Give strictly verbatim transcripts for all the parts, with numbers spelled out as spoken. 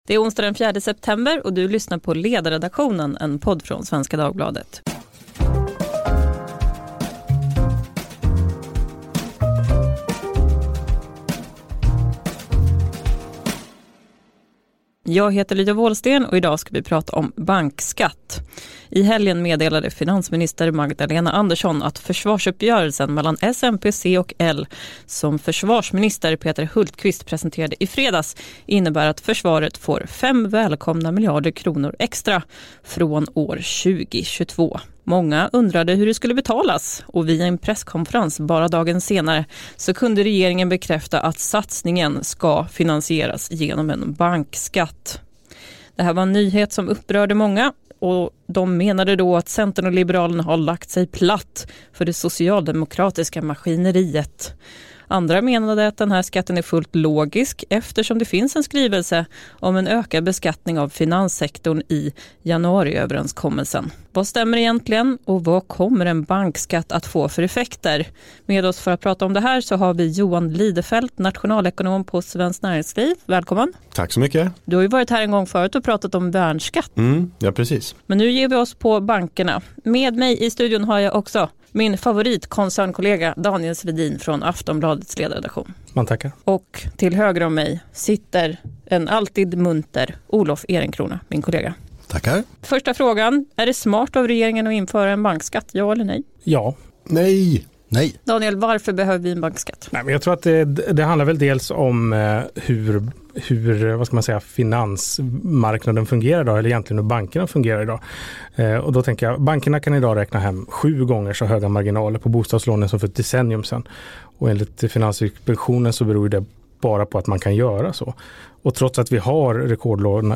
Det är onsdag den fjärde september och du lyssnar på Ledarredaktionen, en podd från Svenska Dagbladet. Jag heter Lydia Wåhlsten och idag ska vi prata om bankskatt. I helgen meddelade finansminister Magdalena Andersson att försvarsuppgörelsen mellan S, M P, C och L som försvarsminister Peter Hultqvist presenterade i fredags innebär att försvaret får fem välkomna miljarder kronor extra från år tjugo tjugotvå. Många undrade hur det skulle betalas och via en presskonferens bara dagen senare så kunde regeringen bekräfta att satsningen ska finansieras genom en bankskatt. Det här var en nyhet som upprörde många och de menade då att Centern och Liberalerna har lagt sig platt för det socialdemokratiska maskineriet. Andra menade att den här skatten är fullt logisk eftersom det finns en skrivelse om en ökad beskattning av finanssektorn i januariöverenskommelsen. Vad stämmer egentligen och vad kommer en bankskatt att få för effekter? Med oss för att prata om det här så har vi Johan Lidefelt, nationalekonom på Svenskt Näringsliv. Välkommen. Tack så mycket. Du har ju varit här en gång förut och pratat om värnskatt. Mm, ja, precis. Men nu ger vi oss på bankerna. Med mig i studion har jag också min favoritkoncernkollega Daniel Svedin från Aftonbladets ledarredaktion. Man tackar. Och till höger om mig sitter en alltid munter Olof Ehrenkrona, min kollega. Tackar. Första frågan, är det smart av regeringen att införa en bankskatt, ja eller nej? Ja. Nej. Nej. Daniel, varför behöver vi en bankskatt? Nej, men jag tror att det, det handlar väl dels om eh, hur, hur vad ska man säga, finansmarknaden fungerar idag, eller egentligen hur bankerna fungerar idag. Eh, och då tänker jag, bankerna kan idag räkna hem sju gånger så höga marginaler på bostadslånen som för ett decennium sedan. Och enligt Finansinspektionen så beror det bara på att man kan göra så. Och trots att vi har rekordlåga,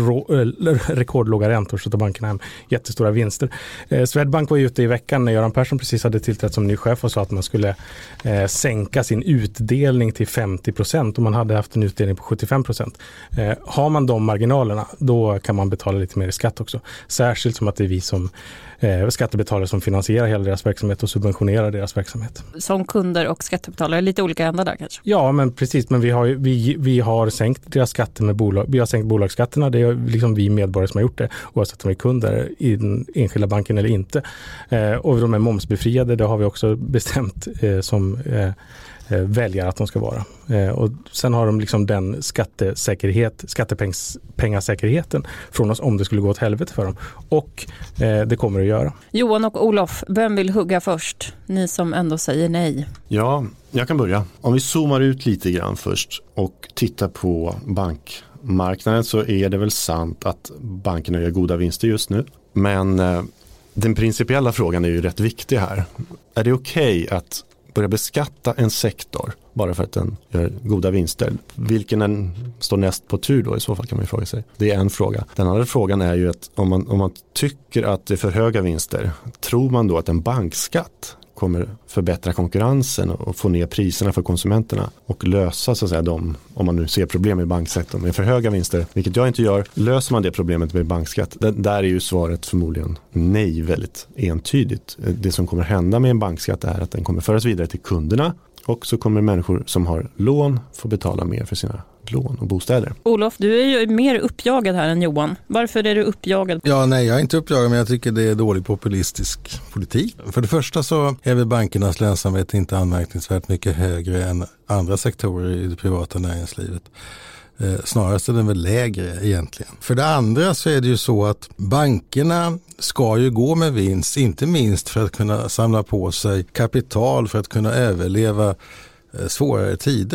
rekordlåga räntor så tar bankerna hem jättestora vinster. Eh, Swedbank var ute i veckan när Göran Persson precis hade tillträtt som ny chef och sa att man skulle eh, sänka sin utdelning till femtio procent och man hade haft en utdelning på sjuttiofem procent. Eh, har man de marginalerna då kan man betala lite mer i skatt också. Särskilt som att det är vi som eh, skattebetalare som finansierar hela deras verksamhet och subventionerar deras verksamhet. Som kunder och skattebetalare, lite olika ändar där kanske? Ja, men precis. Men vi har, vi, vi har sänkt deras skatter med bolag. Vi har sänkt bolagsskatterna. Det är liksom vi medborgare som har gjort det oavsett om vi är kunder i den enskilda banken eller inte. Eh, och de är momsbefriade. Det har vi också bestämt eh, som eh, väljer att de ska vara. Eh, och sen har de liksom den skattesäkerhet, skattepengasäkerheten från oss om det skulle gå åt helvete för dem. Och eh, det kommer det att göra. Johan och Olof, vem vill hugga först? Ni som ändå säger nej. Ja, jag kan börja. Om vi zoomar ut lite grann först och tittar på bankmarknaden så är det väl sant att bankerna gör goda vinster just nu. Men eh, den principiella frågan är ju rätt viktig här. Är det okej okay att börja beskatta en sektor bara för att den gör goda vinster? Vilken den står näst på tur då i så fall kan man ju fråga sig. Det är en fråga. Den andra frågan är ju att om man, om man tycker att det är för höga vinster, tror man då att en bankskatt kommer förbättra konkurrensen och få ner priserna för konsumenterna och lösa så att säga de, om man nu ser problem i banksektorn med för höga vinster, vilket jag inte gör, löser man det problemet med bankskatt? Det, där är ju svaret förmodligen nej, väldigt entydigt. Det som kommer hända med en bankskatt är att den kommer föras vidare till kunderna och så kommer människor som har lån få betala mer för sina lån och bostäder. Olof, du är ju mer uppjagad här än Johan. Varför är du uppjagad? Ja, nej, jag är inte uppjagad, men jag tycker det är dålig populistisk politik. För det första så är väl bankernas lönsamhet inte anmärkningsvärt mycket högre än andra sektorer i det privata näringslivet. Eh, snarast är den väl lägre egentligen. För det andra så är det ju så att bankerna ska ju gå med vinst, inte minst för att kunna samla på sig kapital för att kunna överleva eh, svårare tider.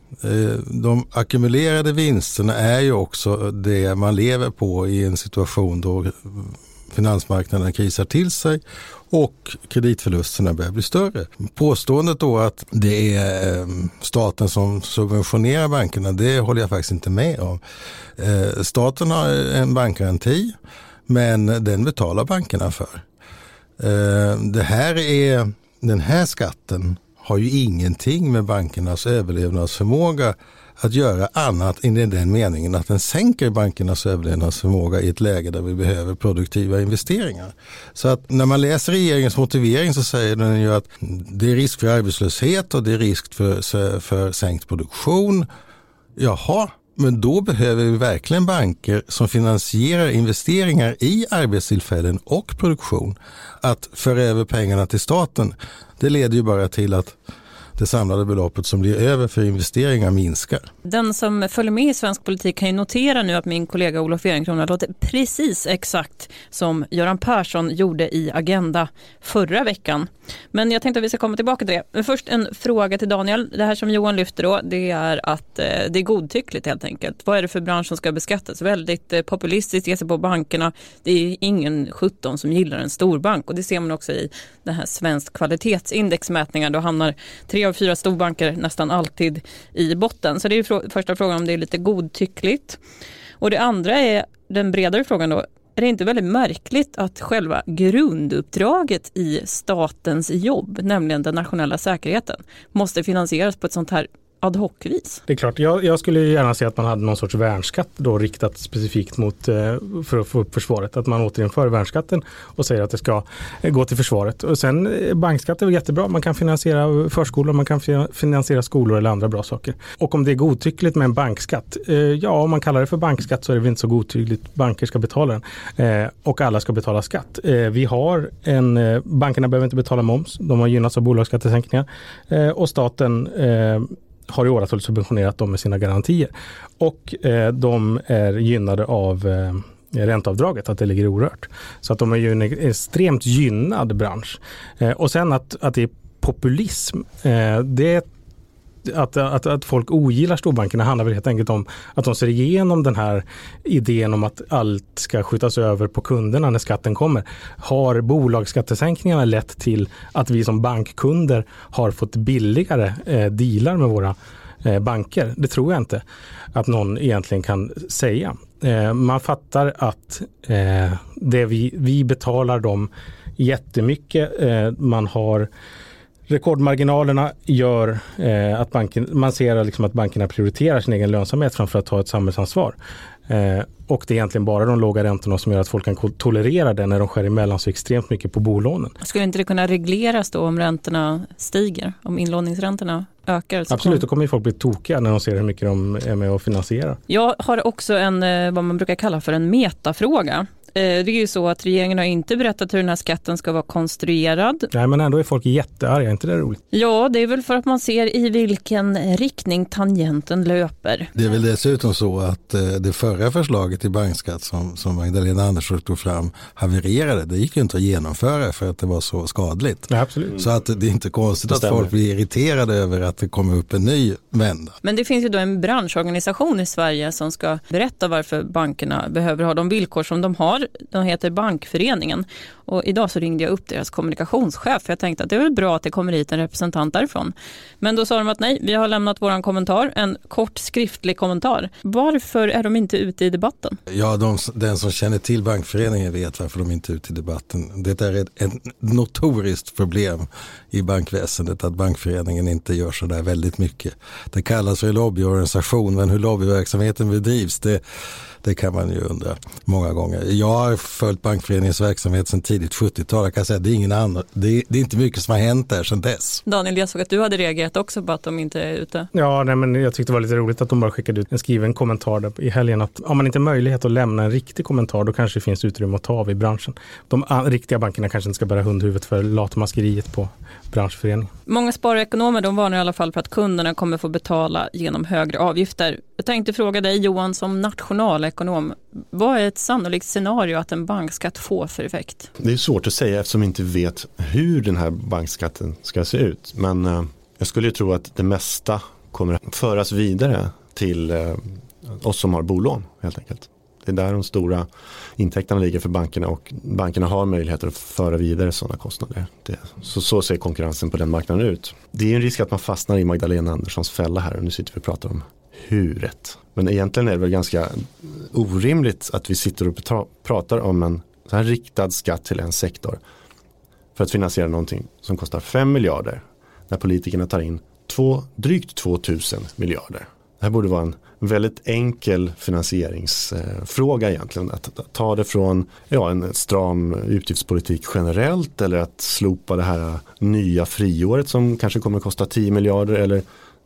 De ackumulerade vinsterna är ju också det man lever på i en situation då finansmarknaden krisar till sig och kreditförlusterna börjar bli större. Påståendet då att det är staten som subventionerar bankerna, det håller jag faktiskt inte med om. Staten har en bankgaranti, men den betalar bankerna för. Det här är, den här skatten har ju ingenting med bankernas överlevnadsförmåga att göra annat än i den meningen att den sänker bankernas överlevnadsförmåga i ett läge där vi behöver produktiva investeringar. Så att när man läser regeringens motivering så säger den ju att det är risk för arbetslöshet och det är risk för, för sänkt produktion. Jaha, Men då behöver vi verkligen banker som finansierar investeringar i arbetstillfällen och produktion. Att föra över pengarna till staten, det leder ju bara till att det samlade beloppet som blir över för investeringar minskar. Den som följer med i svensk politik kan ju notera nu att min kollega Olof Ehrenkrona låter precis exakt som Göran Persson gjorde i Agenda förra veckan. Men jag tänkte att vi ska komma tillbaka till det. Men först en fråga till Daniel. Det här som Johan lyfter då, det är att eh, det är godtyckligt helt enkelt. Vad är det för bransch som ska beskattas? Väldigt eh, populistiskt, ge sig på bankerna. Det är ingen sjutton som gillar en storbank. Och det ser man också i den här svensk kvalitetsindexmätningar. Då hamnar tre av fyra storbanker nästan alltid i botten. Så det är frå- första frågan om det är lite godtyckligt. Och det andra är den bredare frågan då. Är det inte väldigt märkligt att själva grunduppdraget i statens jobb, nämligen den nationella säkerheten, måste finansieras på ett sånt här ad hoc-vis? Det är klart, jag, jag skulle gärna se att man hade någon sorts värnskatt då riktat specifikt mot, eh, för att få upp försvaret. Att man återinför värnskatten och säger att det ska eh, gå till försvaret. Och sen eh, bankskatt är väl jättebra. Man kan finansiera förskolor, man kan finansiera skolor eller andra bra saker. Och om det är godtyckligt med en bankskatt, eh, ja om man kallar det för bankskatt så är det väl inte så godtyckligt. Banker ska betala den eh, och alla ska betala skatt. Eh, vi har en, eh, bankerna behöver inte betala moms. De har gynnats av bolagsskattesänkningar eh, och staten eh, har i åratal subventionerat dem med sina garantier. Och eh, de är gynnade av eh, ränteavdraget, att det ligger orört. Så att de är ju en extremt gynnad bransch. Eh, och sen att, att det är populism, eh, det Att, att, att folk ogillar storbankerna handlar väl helt enkelt om att de ser igenom den här idén om att allt ska skjutas över på kunderna när skatten kommer. Har bolagsskattesänkningarna lett till att vi som bankkunder har fått billigare eh, dealar med våra eh, banker? Det tror jag inte att någon egentligen kan säga. Eh, man fattar att eh, det vi, vi betalar dem jättemycket. Eh, man har rekordmarginalerna gör eh, att banken, man ser liksom att bankerna prioriterar sin egen lönsamhet framför att ta ett samhällsansvar. Eh, och det är egentligen bara de låga räntorna som gör att folk kan tolerera det när de skär emellan så extremt mycket på bolånen. Skulle inte det kunna regleras då om räntorna stiger? Om inlåningsräntorna ökar? Så Absolut, kom... då kommer ju folk bli tokiga när de ser hur mycket de är med att finansiera. Jag har också en, vad man brukar kalla för en metafråga. Det är ju så att regeringen har inte berättat hur den här skatten ska vara konstruerad. Nej, men ändå är folk jättearga, är inte det roligt? Ja, det är väl för att man ser i vilken riktning tangenten löper. Det är väl dessutom så att det förra förslaget till bankskatt som, som Magdalena Andersson tog fram havererade. Det gick ju inte att genomföra för att det var så skadligt. Ja, absolut. Så att det är inte konstigt att folk blir irriterade över att det kommer upp en ny vända. Men det finns ju då en branschorganisation i Sverige som ska berätta varför bankerna behöver ha de villkor som de har. De heter Bankföreningen och idag så ringde jag upp deras kommunikationschef för jag tänkte att det är väl bra att det kommer hit en representant därifrån. Men då sa de att nej, vi har lämnat våran kommentar, en kort skriftlig kommentar. Varför är de inte ute i debatten? Ja, de, den som känner till Bankföreningen vet varför de inte är ute i debatten. Det är ett, ett notoriskt problem i bankväsendet att Bankföreningen inte gör så där väldigt mycket. Det kallas för lobbyorganisation, men hur lobbyverksamheten bedrivs, det Det kan man ju undra många gånger. Jag har följt Bankföreningens verksamhet sedan tidigt sjuttiotal. Jag kan säga att det är ingen annan. Det är, det är inte mycket som har hänt där sedan dess. Daniel, jag såg att du hade reagerat också på att de inte är ute. Ja, nej, men jag tyckte det var lite roligt att de bara skickade ut en skriven kommentar där i helgen. Att om man inte har möjlighet att lämna en riktig kommentar, då kanske det finns utrymme att ta av i branschen. De riktiga bankerna kanske inte ska bära hundhuvudet för latmaskeriet på branschföreningen. Många sparekonomer, de varnar i alla fall för att kunderna kommer få betala genom högre avgifter. Jag tänkte fråga dig, Johan, som nationalekonom, vad är ett sannolikt scenario att en bankskatt får för effekt? Det är svårt att säga eftersom vi inte vet hur den här bankskatten ska se ut. Men eh, jag skulle ju tro att det mesta kommer att föras vidare till eh, oss som har bolån helt enkelt. Det är där de stora intäkterna ligger för bankerna och bankerna har möjligheter att föra vidare sådana kostnader. Det, så, så ser konkurrensen på den marknaden ut. Det är en risk att man fastnar i Magdalena Anderssons fälla här och nu sitter vi och pratar om huret. Men egentligen är det väl ganska orimligt att vi sitter och pratar om en så här riktad skatt till en sektor för att finansiera någonting som kostar fem miljarder när politikerna tar in två, drygt tvåtusen miljarder. Det här borde vara en väldigt enkel finansieringsfråga egentligen. Att ta det från ja, en stram utgiftspolitik generellt eller att slopa det här nya friåret som kanske kommer att kosta tio miljarder eller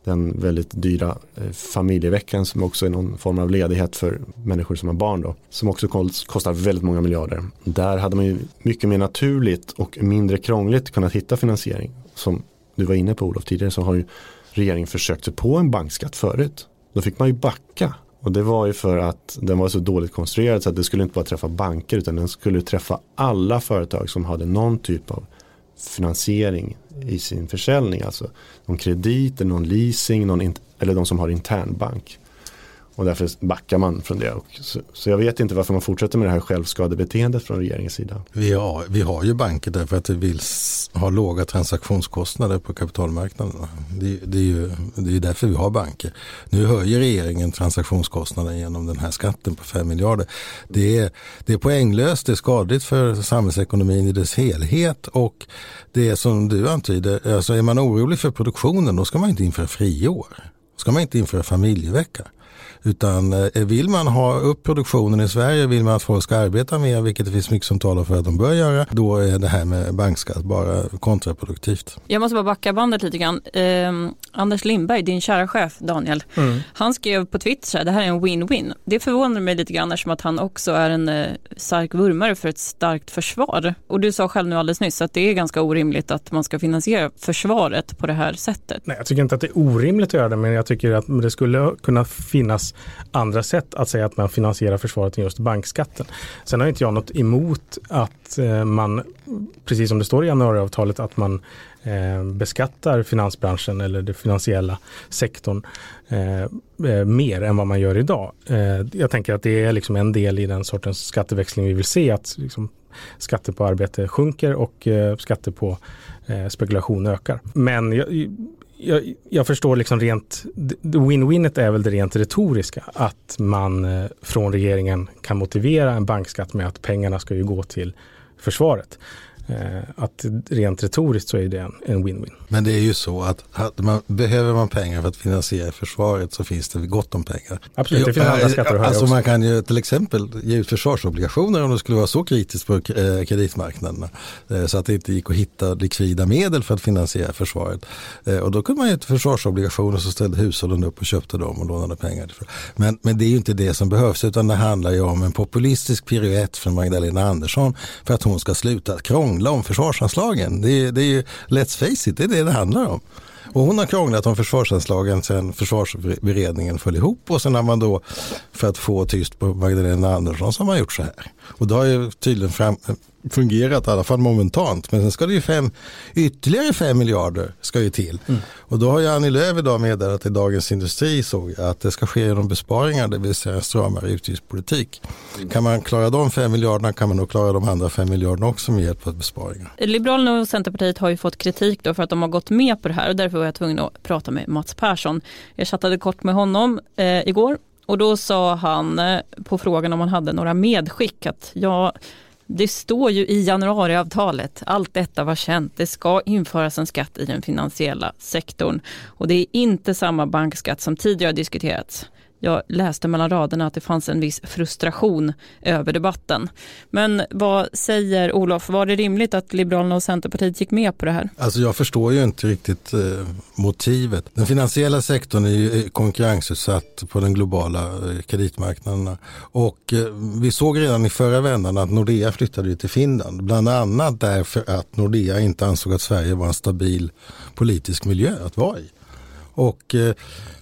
den väldigt dyra familjeveckan som också är någon form av ledighet för människor som har barn då, som också kostar väldigt många miljarder. Där hade man ju mycket mer naturligt och mindre krångligt kunnat hitta finansiering. Som du var inne på, Olof, tidigare så har ju regeringen försökt sig på en bankskatt förut. Då fick man ju backa. Och det var ju för att den var så dåligt konstruerad så att det skulle inte bara träffa banker utan den skulle träffa alla företag som hade någon typ av finansiering i sin försäljning. Alltså någon kredit, någon leasing någon in- eller de som har internbank. Och därför backar man från det. Och så, så jag vet inte varför man fortsätter med det här självskadebeteendet från regeringens sida. Vi har, vi har ju banker därför att vi vill ha låga transaktionskostnader på kapitalmarknaden. Det, det, är ju, det är ju därför vi har banker. Nu höjer regeringen transaktionskostnaden genom den här skatten på fem miljarder. Det är, det är poänglöst, det är skadligt för samhällsekonomin i dess helhet och det är som du antyder, alltså är man orolig för produktionen då ska man inte införa friår. Då ska man inte införa familjevecka. Utan vill man ha upp produktionen i Sverige, vill man att folk ska arbeta mer, vilket det finns mycket som talar för att de bör göra, då är det här med bankskatt bara kontraproduktivt. Jag måste bara backa bandet lite grann. Eh, Anders Lindberg, din kära chef Daniel, mm. han skrev på Twitter att det här är en win-win. Det förvånar mig lite grann som att han också är en eh, stark vurmare för ett starkt försvar. Och du sa själv nu alldeles nyss att det är ganska orimligt att man ska finansiera försvaret på det här sättet. Nej, jag tycker inte att det är orimligt att göra det, men jag tycker att det skulle kunna finnas andra sätt att säga att man finansierar försvaret än just bankskatten. Sen har inte jag något emot att eh, man, precis som det står i januariavtalet, att man eh, beskattar finansbranschen eller den finansiella sektorn eh, eh, mer än vad man gör idag. Eh, jag tänker att det är liksom en del i den sortens skatteväxling vi vill se, att liksom, skatter på arbete sjunker och eh, skatter på eh, spekulation ökar. Men jag Jag, jag förstår liksom rent, win-winet är väl det rent retoriska, att man eh, från regeringen kan motivera en bankskatt med att pengarna ska ju gå till försvaret. Eh, att rent retoriskt så är det en, en win-win. Men det är ju så att, att man, behöver man pengar för att finansiera försvaret så finns det gott om pengar. Absolut, det finns andra skatter att höja alltså också. Man kan ju till exempel ge ut försvarsobligationer om det skulle vara så kritiskt på eh, kreditmarknaderna eh, så att det inte gick att hitta likvida medel för att finansiera försvaret. Eh, och då kunde man ge ut försvarsobligationer så ställde hushållen upp och köpte dem och lånade pengar. Men, men det är ju inte det som behövs, utan det handlar ju om en populistisk piruett från Magdalena Andersson för att hon ska sluta krångla om försvarsanslagen. Det är, det är ju, let's face it, det är det det handlar om. Och hon har krånglat om försvarsanslagen sedan försvarsberedningen föll ihop och sen har man då, för att få tyst på Magdalena Andersson, så har man gjort så här. Och det har ju tydligen fram, fungerat i alla fall momentant, men sen ska det ju fem, ytterligare fem miljarder ska ju till. Mm. Och då har ju Annie Lööf idag meddelat i Dagens Industri såg att det ska ske genom besparingar, det vill säga stramare utgiftspolitik. Mm. Kan man klara de fem miljarderna kan man nog klara de andra fem miljarderna också med hjälp av besparingar. Liberalerna och Centerpartiet har ju fått kritik då för att de har gått med på det här och därför var jag tvungen att prata med Mats Persson. Jag chattade kort med honom eh, igår och då sa han eh, på frågan om han hade några medskick att ja, det står ju i januariavtalet, allt detta var känt, det ska införas en skatt i den finansiella sektorn och det är inte samma bankskatt som tidigare diskuterats. Jag läste mellan raderna att det fanns en viss frustration över debatten. Men vad säger Olof, var det rimligt att Liberalerna och Centerpartiet gick med på det här? Alltså jag förstår ju inte riktigt eh, motivet. Den finansiella sektorn är ju konkurrensutsatt på den globala eh, kreditmarknaden. Och eh, vi såg redan i förra vändan att Nordea flyttade till Finland. Bland annat därför att Nordea inte ansåg att Sverige var en stabil politisk miljö att vara i. Och eh,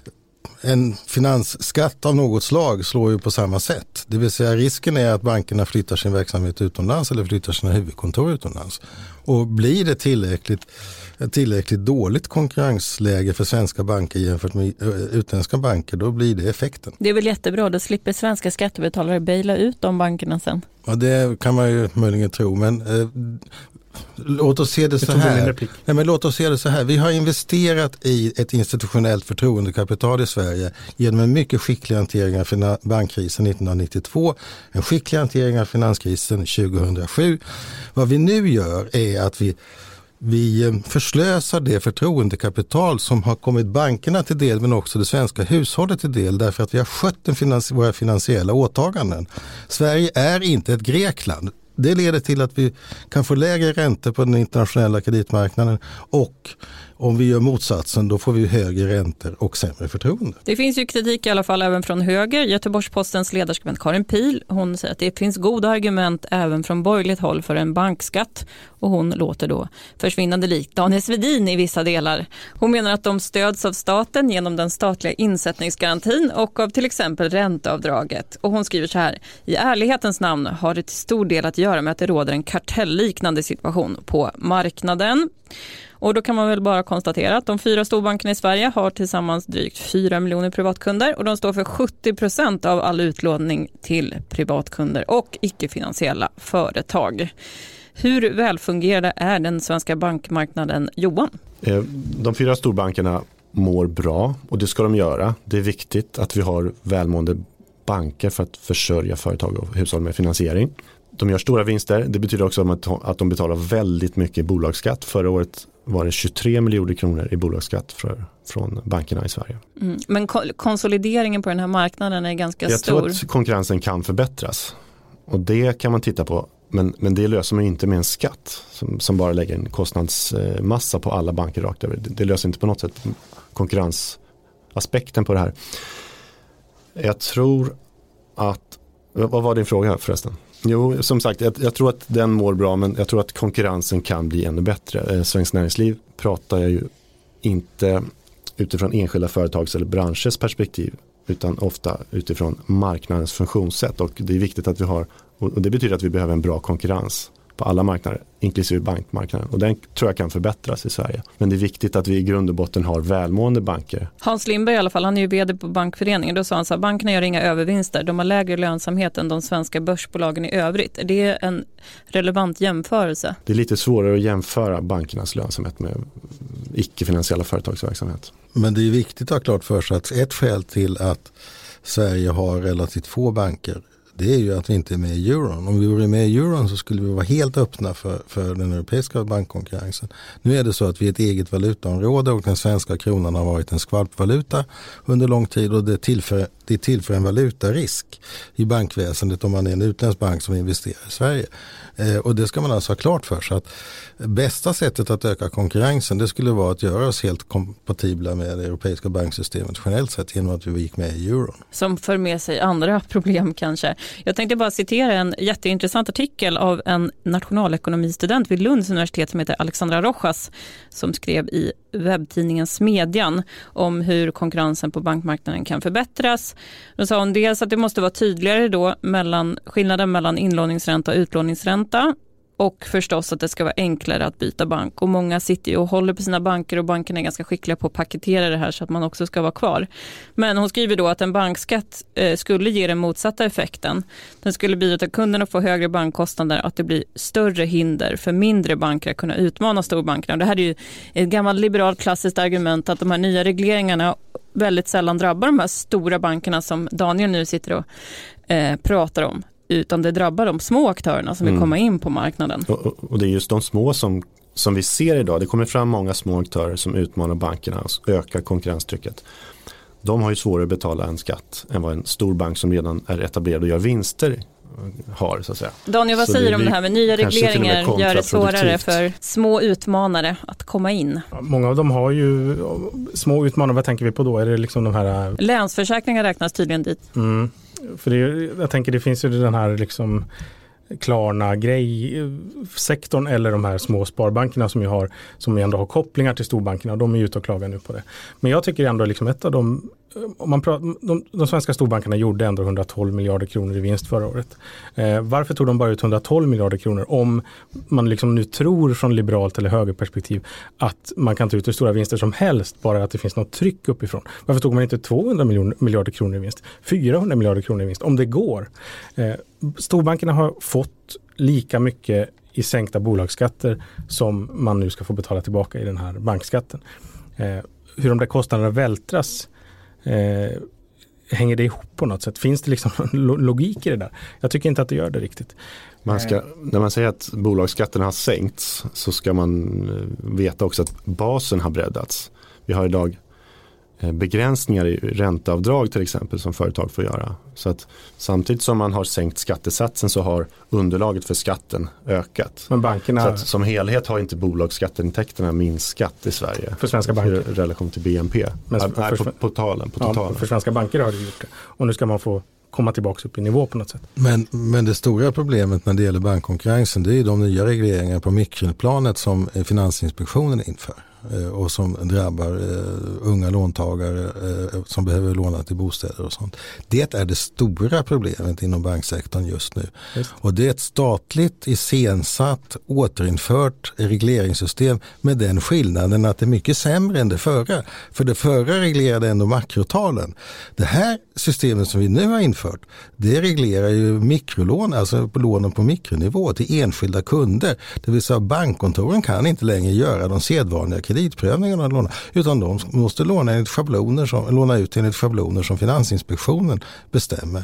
en finansskatt av något slag slår ju på samma sätt. Det vill säga risken är att bankerna flyttar sin verksamhet utomlands eller flyttar sina huvudkontor utomlands. Och blir det tillräckligt, ett tillräckligt dåligt konkurrensläge för svenska banker jämfört med utländska banker, då blir det effekten. Det är väl jättebra, då slipper svenska skattebetalare baila ut de bankerna sen. Ja, det kan man ju möjligen tro, men eh, låt oss se det så här. Nej, men låt oss se det så här. Vi har investerat i ett institutionellt förtroendekapital i Sverige genom en mycket skicklig hantering av bankkrisen nittonhundranittiotvå, en skicklig hantering av finanskrisen tjugohundrasju. Vad vi nu gör är att vi Vi förslösar det förtroendekapital som har kommit bankerna till del men också det svenska hushållet till del därför att vi har skött den finans- våra finansiella åtaganden. Sverige är inte ett Grekland. Det leder till att vi kan få lägre räntor på den internationella kreditmarknaden och Om vi gör motsatsen, då får vi högre räntor och sämre förtroende. Det finns ju kritik i alla fall även från höger. Göteborgs-Postens ledarskribent Karin Pihl, hon säger att det finns goda argument även från borgerligt håll för en bankskatt. Och hon låter då försvinnande likt Daniel Svedin i vissa delar. Hon menar att de stöds av staten genom den statliga insättningsgarantin och av till exempel ränteavdraget. Och hon skriver så här: i ärlighetens namn har det till stor del att göra med att det råder en kartellliknande situation på marknaden. Och då kan man väl bara konstatera att de fyra storbankerna i Sverige har tillsammans drygt fyra miljoner privatkunder och de står för sjuttio procent av all utlåning till privatkunder och icke-finansiella företag. Hur välfungerande är den svenska bankmarknaden, Johan? De fyra storbankerna mår bra och det ska de göra. Det är viktigt att vi har välmående banker för att försörja företag och hushåll med finansiering. De gör stora vinster. Det betyder också att de betalar väldigt mycket bolagsskatt. Förra året var det tjugotre miljoner kronor i bolagsskatt för, från bankerna i Sverige. Mm. Men ko- konsolideringen på den här marknaden är ganska Jag stor. Jag tror att konkurrensen kan förbättras. Och det kan man titta på. Men, men det löser man inte med en skatt som, som bara lägger en kostnadsmassa på alla banker rakt över. Det, det löser inte på något sätt konkurrensaspekten på det här. Jag tror att... Vad var din fråga förresten? Jo, som sagt, jag, jag tror att den mår bra, men jag tror att konkurrensen kan bli ännu bättre. Eh, Svenskt Näringsliv pratar jag ju inte utifrån enskilda företags eller branschers perspektiv, utan ofta utifrån marknadens funktionssätt. Och det är viktigt att vi har, och det betyder att vi behöver en bra konkurrens på alla marknader, inklusive bankmarknaden. Och den tror jag kan förbättras i Sverige. Men det är viktigt att vi i grund och botten har välmående banker. Hans Lindberg i alla fall, han är ju vd på Bankföreningen. Då sa han så här: bankerna gör inga övervinster. De har lägre lönsamhet än de svenska börsbolagen i övrigt. Är det en relevant jämförelse? Det är lite svårare att jämföra bankernas lönsamhet med icke-finansiella företagsverksamhet. Men det är viktigt att ha klart för sig att ett skäl till att Sverige har relativt få banker, det är ju att vi inte är med i euron. Om vi vore med i euron så skulle vi vara helt öppna för, för den europeiska bankkonkurrensen. Nu är det så att vi är ett eget valutaområde och den svenska kronan har varit en skvalpvaluta under lång tid och det tillför, det tillför en valutarisk i bankväsendet om man är en utländsk bank som investerar i Sverige. Eh, och det ska man alltså ha klart för sig att bästa sättet att öka konkurrensen, det skulle vara att göra oss helt kompatibla med det europeiska banksystemet generellt sett genom att vi gick med i euron. Som för med sig andra problem kanske. Jag tänkte bara citera en jätteintressant artikel av en nationalekonomistudent vid Lunds universitet som heter Alexandra Rojas, som skrev i webbtidningen Smedjan om hur konkurrensen på bankmarknaden kan förbättras. Då sa hon dels att det måste vara tydligare då mellan skillnaden mellan inlåningsränta och utlåningsränta. Och förstås att det ska vara enklare att byta bank. Och många sitter ju och håller på sina banker och bankerna är ganska skickliga på att paketera det här så att man också ska vara kvar. Men hon skriver då att en bankskatt eh, skulle ge den motsatta effekten. Den skulle bidra till att kunderna får högre bankkostnader, att det blir större hinder för mindre banker att kunna utmana storbankerna. Och det här är ju ett gammalt liberalt klassiskt argument att de här nya regleringarna väldigt sällan drabbar de här stora bankerna som Daniel nu sitter och eh, pratar om. Utan det drabbar de små aktörerna som vill komma in på marknaden. Och, och det är just de små som, som vi ser idag. Det kommer fram många små aktörer som utmanar bankerna och ökar konkurrenstrycket. De har ju svårare att betala en skatt än vad en stor bank som redan är etablerad och gör vinster har, så att säga. Daniel, vad så säger du om det det här med nya regleringar gör det svårare för små utmanare att komma in? Många av dem har ju små utmanare. Vad tänker vi på då? Är det liksom de här... Länsförsäkringar räknas tydligen dit. Mm. För det, jag tänker det finns ju den här liksom Klarna-grej-sektorn eller de här små sparbankerna som, ju har, som ändå har kopplingar till storbankerna. De är ju ute och klagar nu på det. Men jag tycker ändå liksom ett av de, om man pratar, de, de svenska storbankerna gjorde ändå hundratolv miljarder kronor i vinst förra året. Eh, varför tog de bara ut hundratolv miljarder kronor om man liksom nu tror från liberalt eller högerperspektiv att man kan ta ut hur stora vinster som helst bara att det finns något tryck uppifrån? Varför tog man inte tvåhundra miljarder kronor i vinst? fyrahundra miljarder kronor i vinst? Om det går. Eh, storbankerna har fått lika mycket i sänkta bolagsskatter som man nu ska få betala tillbaka i den här bankskatten. Eh, hur de där kostnaderna vältras, eh, hänger det ihop på något sätt? Finns det liksom logik i det där? Jag tycker inte att det gör det riktigt. Man ska, när man säger att bolagsskatten har sänkts så ska man veta också att basen har breddats. Vi har idag begränsningar i ränteavdrag till exempel som företag får göra. Så att samtidigt som man har sänkt skattesatsen så har underlaget för skatten ökat. Men bankerna... Så att som helhet har inte bolagsskatteintäkterna minskat i Sverige. För svenska banker? I relation till B N P. Men Nej, för, på, på totalen. På totalen. Ja, för svenska banker har det gjort det. Och nu ska man få komma tillbaka upp i nivå på något sätt. Men, men det stora problemet när det gäller bankkonkurrensen, det är de nya regleringar på mikroplanet som Finansinspektionen inför och som drabbar eh, unga låntagare eh, som behöver låna till bostäder och sånt. Det är det stora problemet inom banksektorn just nu. Just. Och det är ett statligt iscensatt, återinfört regleringssystem med den skillnaden att det är mycket sämre än det förra. För det förra reglerade ändå makrotalen. Det här systemet som vi nu har infört, det reglerar ju mikrolån, alltså på lånen på mikronivå till enskilda kunder. Det vill säga bankkontoren kan inte längre göra de sedvanliga kreditprövningarna låna, utan de måste låna, enligt schabloner som, låna ut enligt schabloner som Finansinspektionen bestämmer.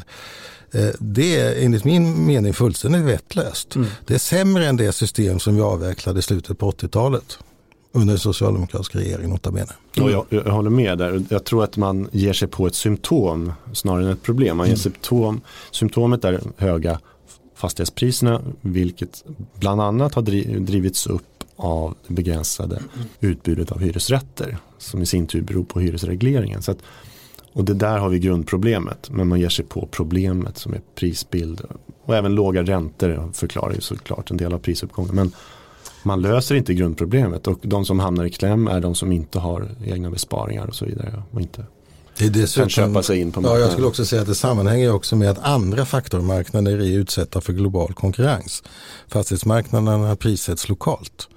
Det är enligt min mening fullständigt vettlöst. Mm. Det är sämre än det system som vi avvecklade i slutet på åttiotalet under den socialdemokratiska regeringen notabene. Mm. Jag, jag håller med där. Jag tror att man ger sig på ett symptom snarare än ett problem. Man ger mm. symptom, symptomet är höga fastighetspriserna, vilket bland annat har drivits upp av det begränsade utbudet av hyresrätter som i sin tur beror på hyresregleringen. Så att, och det där har vi grundproblemet, men man ger sig på problemet som är prisbild och även låga räntor förklarar ju såklart en del av prisuppgången, men man löser inte grundproblemet och de som hamnar i kläm är de som inte har egna besparingar och så vidare och inte det är dessutom, kan köpa sig in på marknaden. Ja, jag skulle också säga att det sammanhänger också med att andra faktormarknader är utsatta för global konkurrens. Fastighetsmarknaderna prissätts lokalt.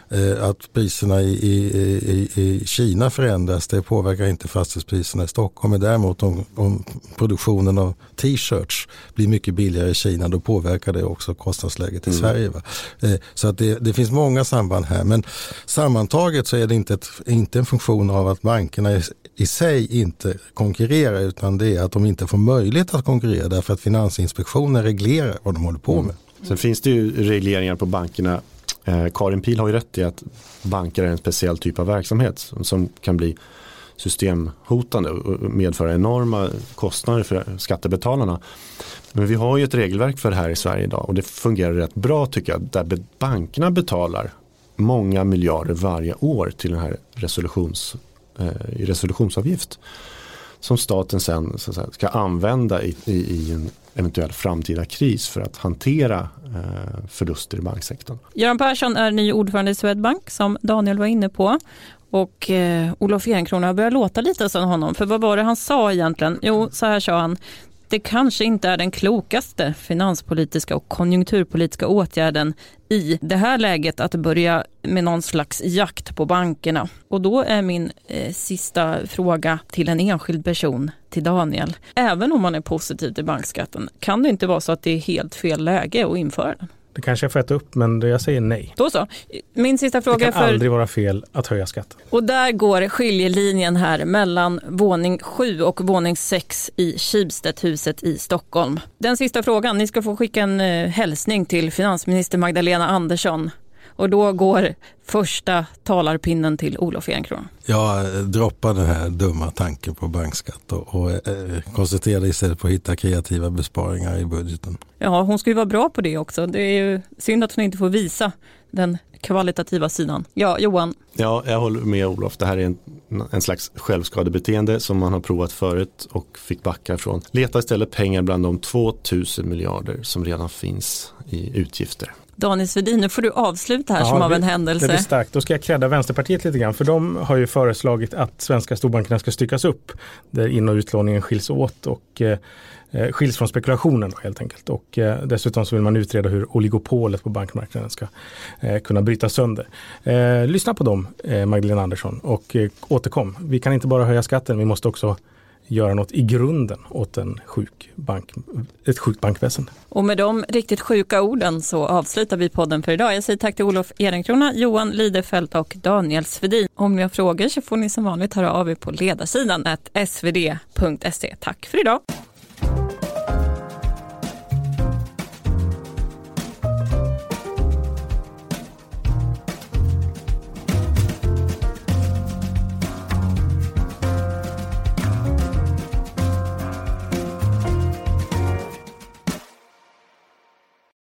Att priserna i, i, i Kina förändras, det påverkar inte fastighetspriserna i Stockholm. Men däremot om, om produktionen av t-shirts blir mycket billigare i Kina, då påverkar det också kostnadsläget i mm. Sverige. Va? Så att det, det finns många samband här. Men sammantaget så är det inte, ett, inte en funktion av att bankerna i, i sig inte konkurrerar, utan det är att de inte får möjlighet att konkurrera därför att Finansinspektionen reglerar vad de håller på med. Mm. Sen finns det ju regleringar på bankerna. Karin Pihl har ju rätt i att banker är en speciell typ av verksamhet som kan bli systemhotande och medföra enorma kostnader för skattebetalarna. Men vi har ju ett regelverk för det här i Sverige idag och det fungerar rätt bra tycker jag, där bankerna betalar många miljarder varje år till den här resolutions, eh, i resolutionsavgift som staten sen så att säga, ska använda i, i, i en eventuell framtida kris för att hantera eh, förluster i banksektorn. Göran Persson är ny ordförande i Swedbank som Daniel var inne på. Och eh, Olof Ehrenkrona börjar låta lite som honom. För vad var det han sa egentligen? Jo, så här sa han. Det kanske inte är den klokaste finanspolitiska och konjunkturpolitiska åtgärden i det här läget att börja med någon slags jakt på bankerna. Och då är min eh, sista fråga till en enskild person, till Daniel. Även om man är positiv till bankskatten, kan det inte vara så att det är helt fel läge att införa den? Det kanske jag får äta upp, men jag säger nej. Då så. Min sista fråga det kan för... aldrig vara fel att höja skatten. Och där går skiljelinjen här mellan våning sju och våning sex i Schibstedhuset i Stockholm. Den sista frågan, ni ska få skicka en eh, hälsning till finansminister Magdalena Andersson. Och då går första talarpinnen till Olof Ehrenkrona. Jag droppar den här dumma tanken på bankskatt och, och eh, koncentrerar istället på att hitta kreativa besparingar i budgeten. Ja, hon ska ju vara bra på det också. Det är ju synd att hon inte får visa den kvalitativa sidan. Ja, Johan. Ja, jag håller med Olof. Det här är en, en slags självskadebeteende som man har provat förut och fick backa från. Leta istället pengar bland de tvåtusen miljarder som redan finns i utgifter. Daniel Svedin, nu får du avsluta här ja, som av en händelse. Det blir starkt. Då ska jag krädda Vänsterpartiet lite grann. För de har ju föreslagit att svenska storbankerna ska styckas upp. Där in- och utlåningen skiljs åt och eh, skiljs från spekulationen då, helt enkelt. Och eh, dessutom så vill man utreda hur oligopolet på bankmarknaden ska eh, kunna brytas sönder. Eh, lyssna på dem, eh, Magdalena Andersson, och eh, återkom. Vi kan inte bara höja skatten, vi måste också göra något i grunden åt en sjuk bank, ett sjukt bankväsen. Och med de riktigt sjuka orden så avslutar vi podden för idag. Jag säger tack till Olof Ehrenkrona, Johan Lidefelt och Daniel Svedin. Om ni har frågor så får ni som vanligt höra av er på ledarsidan at s v d punkt se. Tack för idag!